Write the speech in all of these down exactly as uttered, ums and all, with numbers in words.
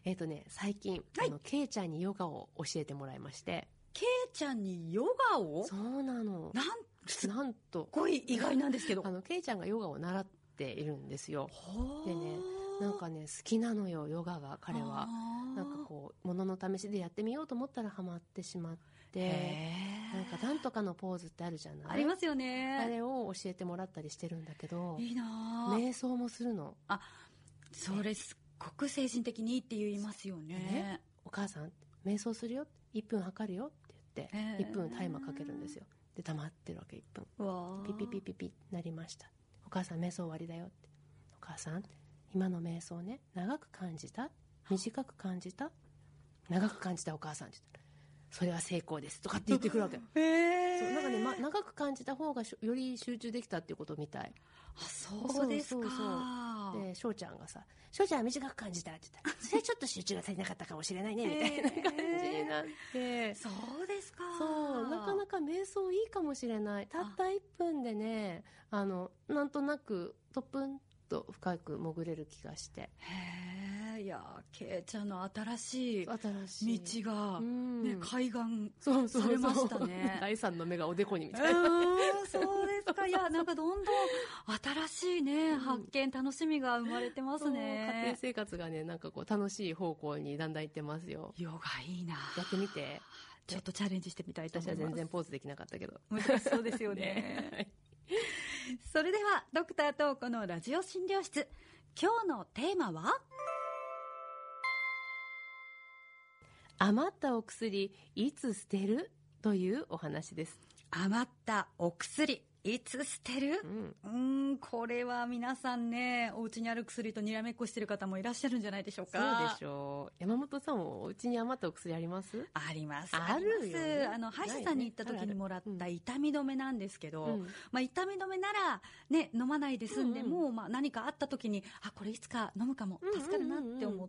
えっ、ー、とね、最近、はい、あの、ケイちゃんにヨガを教えてもらいまして。 ケイちゃんにヨガを？ そうなの。 なん、 なんと。 すっごい意外なんですけど。 あの、ケイちゃんがヨガを習っているんですよ。でね、なんかね、好きなのよ、ヨガが、彼は。なんかこう、ものの試しでやってみようと思ったらハマってしまって、なんかなんとかのポーズってあるじゃない？ ありますよね。 あれを教えてもらったりしてるんだけど、 いいなぁ。 瞑想もするの。 あ、それすっごく精神的にいいって言いますよね。 ね、お母さん、瞑想するよ、いっぷん測るよって言って、いっぷんタイマーかけるんですよ。で、黙ってるわけ、いっぷん。 わピピピピピなりました。お母さん、瞑想終わりだよって。お母さん、今の瞑想ね、長く感じた？短く感じた？長く感じたお母さんって言ったら、それは成功ですとかって言ってくるわけ。 へそう、なんかね、ま、長く感じた方がより集中できたっていうことみたい。 あ、そうですか。そうそうそうで、翔ちゃんがさ、翔ちゃんは短く感じたって言ったら、それちょっと集中が足りなかったかもしれないねみたいな感じになって。 そうですか。 そう、なかなか瞑想いいかもしれない。たったいっぷんでね、あの、なんとなくトップンと深く潜れる気がして。 へえ、いや、ケイちゃんの新しい新しい道が、ね、開眼されましたね。そうそうそう第三の目がおでこにみたいな、ね。 そうですか。いや、なんかどんどん新しいね、うん、発見、楽しみが生まれてますね。 家庭生活がね、なんかこう楽しい方向にだんだん行ってますよ。 ヨガいいな。 やってみて。 ちょっとチャレンジしてみたいと思います。 私は全然ポーズできなかったけど。 難しそうですよね。ね、それでは、ドクタートーコのラジオ診療室。今日のテーマは？ 余ったお薬、いつ捨てる？というお話です。 余ったお薬、いつ捨てる？うん、うーん、これは皆さんね、お家にある薬とにらめっこしてる方もいらっしゃるんじゃないでしょうか。 そうでしょう。山本さんもお家に余ったお薬あります？ あります。 あるよね。 あの、歯医者さんに行った時にもらった痛み止めなんですけど、 うん、 まあ、痛み止めなら、ね、飲まないで済んでも、うんうん、まあ、何かあった時に、あ、これいつか飲むかも、助かるなって思って、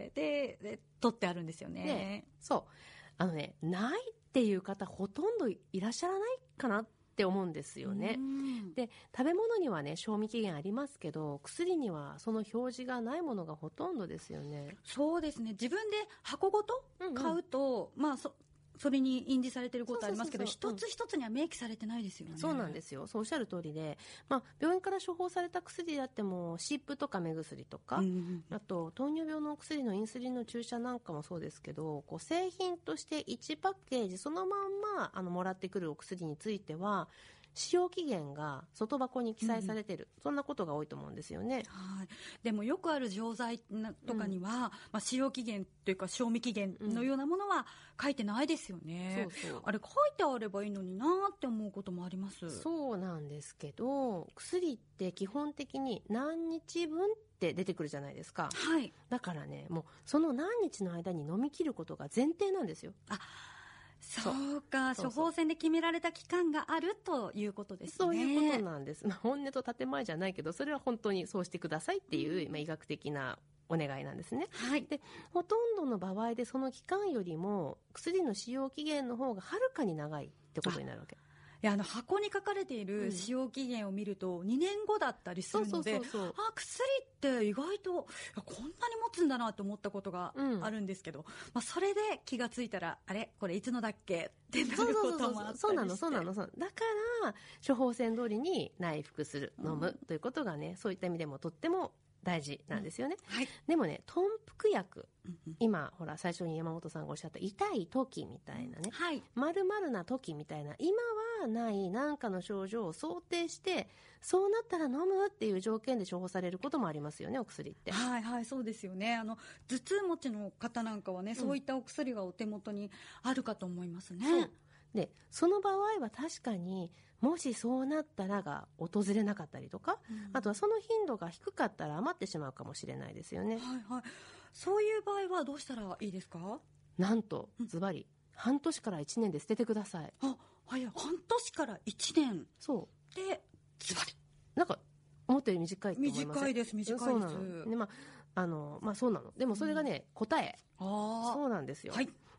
で、で、取ってあるんですよね。 ね、そう。あのね、ないっていう方ほとんどいらっしゃらないかなって思うんですよね。で、食べ物にはね、賞味期限ありますけど、薬にはその表示がないものがほとんどですよね。 そうですね。自分で箱ごと買うと、うんうん、まあ、そ、それに印字されてることありますけど、一つ一つには明記されてないですよね。 そうなんですよ。そうおっしゃる通りで、まあ、病院から処方された薬であっても、湿布とか目薬とか、うんうん、あと、糖尿病のお薬のインスリンの注射なんかもそうですけど、こう製品としていちパッケージ、そのまんま、あの、もらってくるお薬については、使用期限が外箱に記載されている、うん、そんなことが多いと思うんですよね。 はい。でもよくある錠剤とかには、うん、まあ、使用期限というか賞味期限のようなものは書いてないですよね。うん、そうそう。あれ書いてあればいいのになって思うこともあります。 そうなんですけど、薬って基本的に何日分って出てくるじゃないですか。 はい。 だからね、もうその何日の間に飲み切ることが前提なんですよ。 あ、そうか、処方箋で決められた期間があるということですね。 そういうことなんです。まあ、本音と建前じゃないけど、それは本当にそうしてくださいっていう、うん、まあ、医学的なお願いなんですね。 はい。 で、ほとんどの場合でその期間よりも薬の使用期限の方がはるかに長いってことになるわけ。 いや、あの箱に書かれている使用期限を見るとにねんごだったりするので、あ、薬って意外といやこんなに持つんだなと思ったことがあるんですけど、うん、まあ、それで気がついたらあれこれいつのだっけってなることもあったりして。 そうなのそうなのそうだから処方箋通りに内服する、飲む、うん、ということがね、そういった意味でもとっても大事なんですよね。 うん、はい。 でもね、頓服薬、うんうん、今ほら最初に山本さんがおっしゃった痛い時みたいなね、 はい、 丸々な時みたいな、今はない何かの症状を想定してそうなったら飲むっていう条件で処方されることもありますよね、お薬って。 はいはい、そうですよね。あの頭痛持ちの方なんかはね、うん、そういったお薬がお手元にあるかと思いますね。 そうで、その場合は確かにもしそうなったらが訪れなかったりとか、うん、あとはその頻度が低かったら余ってしまうかもしれないですよね。 はいはい。そういう場合はどうしたらいいですか？ なんとズバリ半年からいちねんで捨ててください。 あ、はい、半年からいちねん。 そうでズバリ。 なんか思ったより短いと思います。 短いです短いです。 そうなの。で、まああのまあそうなの。でもそれがね、うん、答え。 あ、 そうなんですよ。 はい。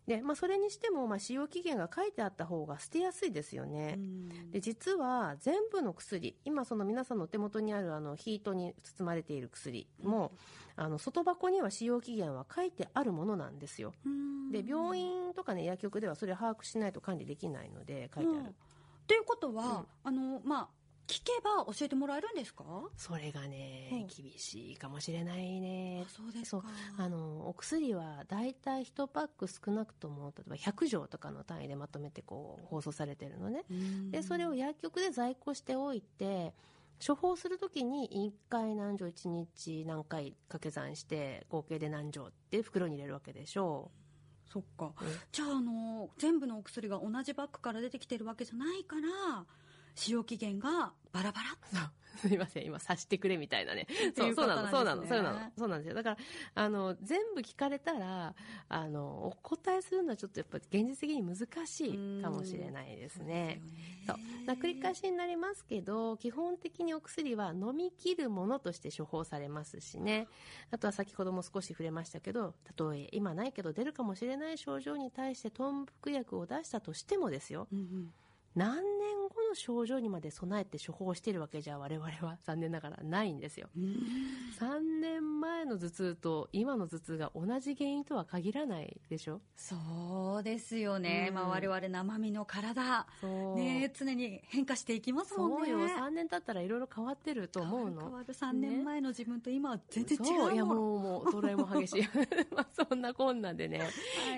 で、まあ、それにしても、まあ、使用期限が書いてあった方が捨てやすいですよね。で、実は全部の薬、今その皆さんのお手元にあるあのヒートに包まれている薬も、うん、あの外箱には使用期限は書いてあるものなんですよ。で、病院とかね、薬局ではそれを把握しないと管理できないので書いてある。 と、うん、いうことは、うん、あのまあ聞けば教えてもらえるんですか？それがね、うん、厳しいかもしれないね。 あ、そうですか。 そう、あのお薬はだいたいいちパック少なくとも例えばひゃくじょうとかの単位でまとめてこう包装されてるのね。でそれを薬局で在庫しておいて、処方するときにいっかい何錠、いちにち何回掛け算して合計で何錠って袋に入れるわけでしょう。 そっか、うん、じゃあ、あの全部のお薬が同じバッグから出てきてるわけじゃないから、使用期限がバラバラ。 すみません、今察してくれみたいなね。そう、そうなの、そうなの、そうなの、そうなんですよ。だからあの全部聞かれたらあのお答えするのはちょっとやっぱり現実的に難しいかもしれないですね。そう、そう繰り返しになりますけど、基本的にお薬は飲み切るものとして処方されますしね。あとは先ほども少し触れましたけど、たとえ今ないけど出るかもしれない症状に対して頓服薬を出したとしてもですよ、うんうん、何年後の症状にまで備えて処方しているわけじゃ我々は残念ながらないんですよ。さんねんまえの頭痛と今の頭痛が同じ原因とは限らないでしょ。 そうですよね、うんまあ、我々生身の体、ね、常に変化していきますもんね。 そうよ、さんねん経ったらいろいろ変わってると思うの。 変わるさんねんまえの自分と今は全然違うもの、 ね、いやもうもうそれも激しいまあそんなこんなでね、はい、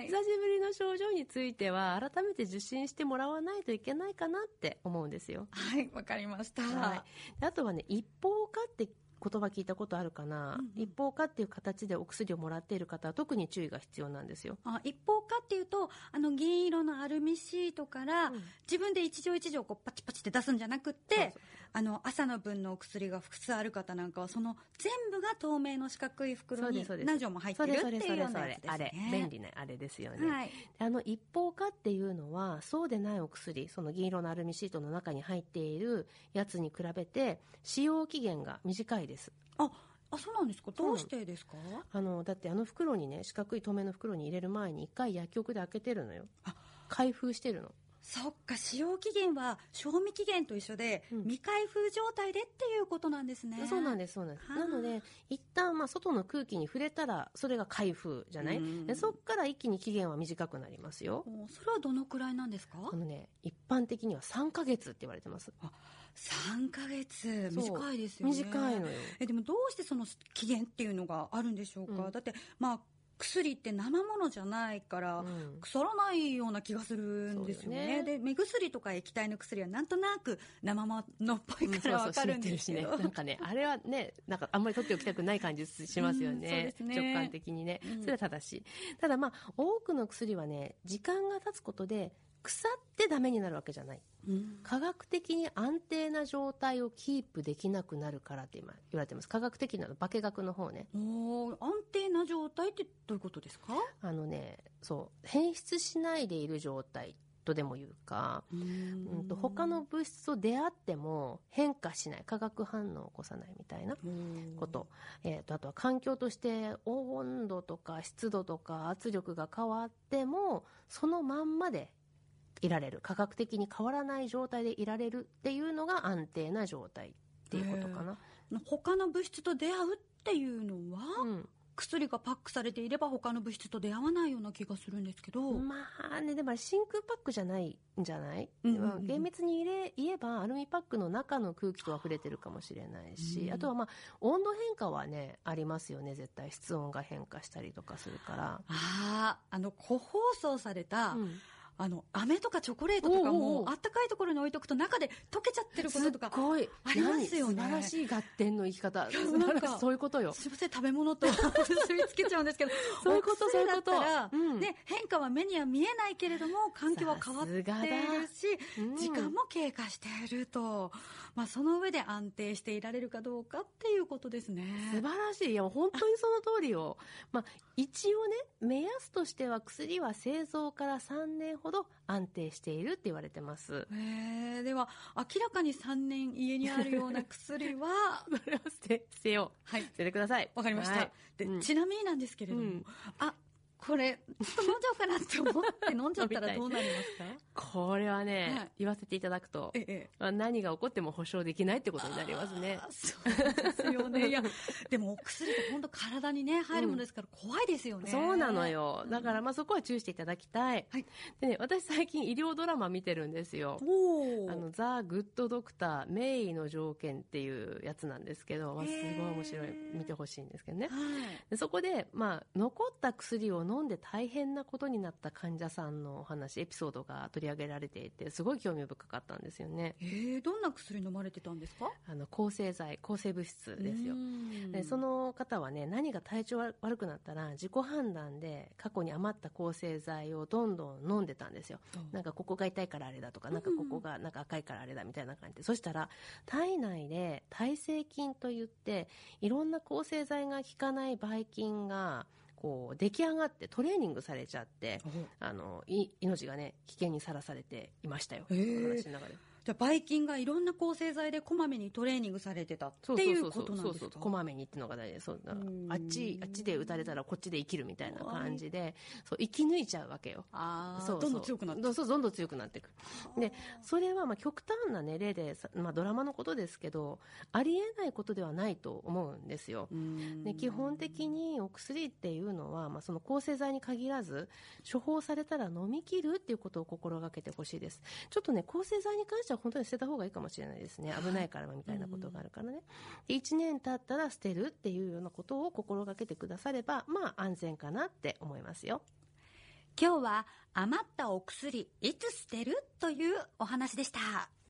久しぶりの症状については改めて受診してもらわないといけないかなって思うんですよ。 はい、わかりました。 はい、あとはね、一方化って言葉聞いたことあるかな、うんうん、一方化っていう形でお薬をもらっている方は特に注意が必要なんですよ。 あ、一方化っていうと、あの銀色のアルミシートから、うん、自分で一錠一錠こうパチパチって出すんじゃなくって、そうそう、あの朝の分のお薬が複数ある方なんかはその全部が透明の四角い袋に何錠も入ってるっていうようなやつですね。 あれ便利なあれですよね、はい、あの一方化っていうのはそうでないお薬、その銀色のアルミシートの中に入っているやつに比べて使用期限が短いです。 ああ、そうなんですか。どうしてですか？ あのだってあの袋にね、四角い透明の袋に入れる前に一回薬局で開けてるのよ。あ、開封してるの。 そっか、使用期限は賞味期限と一緒で、うん、未開封状態でっていうことなんですね。 そうなんです、そうなんです。なので一旦まあ外の空気に触れたらそれが開封じゃない、でそっから一気に期限は短くなりますよ。 それはどのくらいなんですか？ あのね、一般的にはさんかげつって言われてます。 あ、さんかげつ短いですよね。 短いのよ。 えでもどうしてその期限っていうのがあるんでしょうか？うん、だってまあ薬って生ものじゃないから、うん、腐らないような気がするんですよね。よね。で目薬とか液体の薬はなんとなく生ものっぽいから分かるんですけど、うん、そうそう、 ね、なんかねあれはね、なんかあんまり取っておきたくない感じしますよね。うん、そうですね、直感的にね、それは正しい。ただまあ多くの薬はね、時間が経つことで腐ってダメになるわけじゃない、うん、科学的に安定な状態をキープできなくなるからって今言われてます。科学的なの化学の方ね。 お安定な状態ってどういうことですか？ あのね、そう変質しないでいる状態とでも言うか、うんうんと他の物質と出会っても変化しない、化学反応を起こさないみたいなこと、えー、とあとは環境として温度とか湿度とか圧力が変わってもそのまんまでいられる、科学的に変わらない状態でいられるっていうのが安定な状態っていうことかな。 他の物質と出会うっていうのは、うん、薬がパックされていれば他の物質と出会わないような気がするんですけど、 まあね、でも真空パックじゃないんじゃない、うんうんうん、厳密に言え、言えばアルミパックの中の空気とは触れてるかもしれないし、うん、あとはまあ温度変化はねありますよね。絶対室温が変化したりとかするから。 ああの個包装された、うん、あの飴とかチョコレートとかもあったかいところに置いとくと中で溶けちゃってることとかありますよね。 素晴らしい合点の生き方。なんかそういうことよ。 すいません、食べ物と結びつけちゃうんですけどそういうことそういうこと、 うん、ね、変化は目には見えないけれども環境は変わっているし、うん、時間も経過していると、まあ、その上で安定していられるかどうかっていうことですね。 素晴らしい。いや本当にその通りよ。まあ、一応ね目安としては薬は製造からさんねんほど安定しているって言われてます。 えー、では明らかにさんねん家にあるような薬はそれを捨て、捨てよう、はい、捨ててください。 わかりました、はい、で、うん、ちなみになんですけれども、うん、あこれちょっと飲んじゃおうかなって思って飲んじゃったらどうなりますか？これはね、はい、言わせていただくと、 ええ、何が起こっても保証できないってことになりますね。 そうですよね。いやでもお薬って本当体にね入るものですから怖いですよね、 うん、そうなのよ。だからまあそこは注意していただきたい、はい、でね、私最近医療ドラマ見てるんですよ。 おあのザ・グッドドクター名医の条件っていうやつなんですけど、まあ、すごい面白い、見てほしいんですけどね、はい、でそこで、まあ、残った薬を飲んで大変なことになった患者さんのお話エピソードが取り上げられていてすごい興味深かったんですよね。 えー、どんな薬飲まれてたんですか？ あの抗生剤抗生物質ですよ。でその方はね、何が体調悪くなったら自己判断で過去に余った抗生剤をどんどん飲んでたんですよ。なんかここが痛いからあれだとか、なんかここがなんか赤いからあれだみたいな感じで、そしたら体内で耐性菌といっていろんな抗生剤が効かないばい菌がこう出来上がってトレーニングされちゃって、あのい命がね危険にさらされていましたよ、この話の中で。 じゃあばい菌がいろんな抗生剤でこまめにトレーニングされてたっていうことなんですか？ こまめにっていうのが大事。そうあっちあっちで打たれたらこっちで生きるみたいな感じで、そう生き抜いちゃうわけよ。 あそうそうどんどん強くなってそうそうどんどん強くなっていく。でそれはまあ極端な、ね、例で、まあ、ドラマのことですけどありえないことではないと思うんですよ。で基本的にお薬っていうのは、まあ、その抗生剤に限らず処方されたら飲み切るっていうことを心がけてほしいです。ちょっとね抗生剤に関しては本当に捨てた方がいいかもしれないですね。危ないからみたいなことがあるからね。でいちねん経ったら捨てるっていうようなことを心がけてくださればまあ安全かなって思いますよ。 今日は余ったお薬いつ捨てるというお話でした。